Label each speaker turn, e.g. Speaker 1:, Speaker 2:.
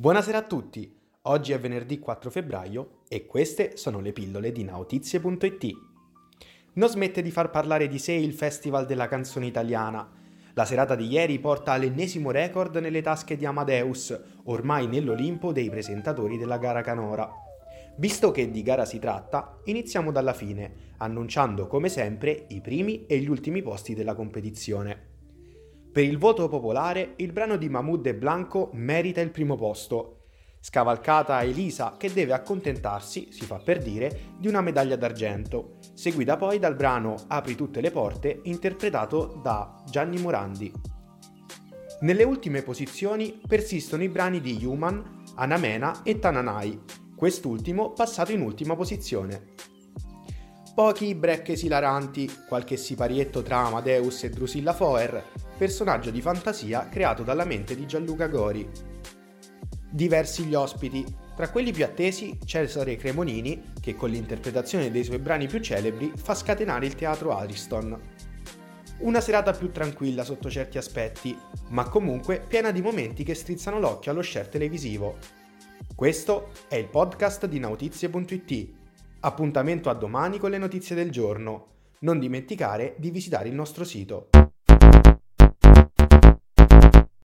Speaker 1: Buonasera a tutti, oggi è venerdì 4 febbraio e queste sono le pillole di Nautizie.it. Non smette di far parlare di sé il Festival della canzone italiana. La serata di ieri porta all'ennesimo record nelle tasche di Amadeus, ormai nell'Olimpo dei presentatori della gara canora. Visto che di gara si tratta, iniziamo dalla fine, annunciando come sempre i primi e gli ultimi posti della competizione. Per il voto popolare, il brano di Mahmood e Blanco merita il primo posto. Scavalcata Elisa, che deve accontentarsi, si fa per dire, di una medaglia d'argento, seguita poi dal brano Apri tutte le porte, interpretato da Gianni Morandi. Nelle ultime posizioni persistono i brani di Human, Anamena e Tananai, quest'ultimo passato in ultima posizione. Pochi break esilaranti, qualche siparietto tra Amadeus e Drusilla Foer, personaggio di fantasia creato dalla mente di Gianluca Gori. Diversi gli ospiti, tra quelli più attesi Cesare Cremonini, che con l'interpretazione dei suoi brani più celebri fa scatenare il teatro Ariston. Una serata più tranquilla sotto certi aspetti, ma comunque piena di momenti che strizzano l'occhio allo share televisivo. Questo è il podcast di Nautizie.it. Appuntamento a domani con le notizie del giorno. Non dimenticare di visitare il nostro sito.